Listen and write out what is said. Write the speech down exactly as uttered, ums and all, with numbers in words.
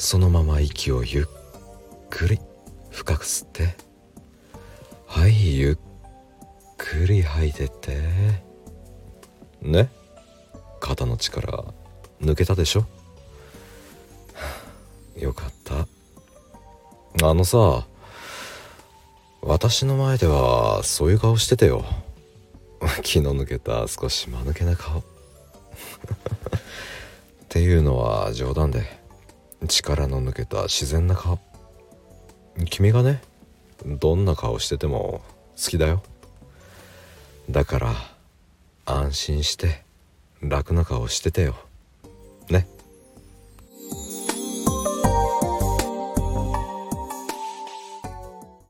そのまま息をゆっくり深く吸って、はい、ゆっくり吐いてってね。肩の力抜けたでしょ。よかった。あのさ、私の前ではそういう顔しててよ。気の抜けた少し間抜けな顔っていうのは冗談で、力の抜けた自然な顔。君がね、どんな顔してても好きだよ。だから安心して楽な顔しててよ。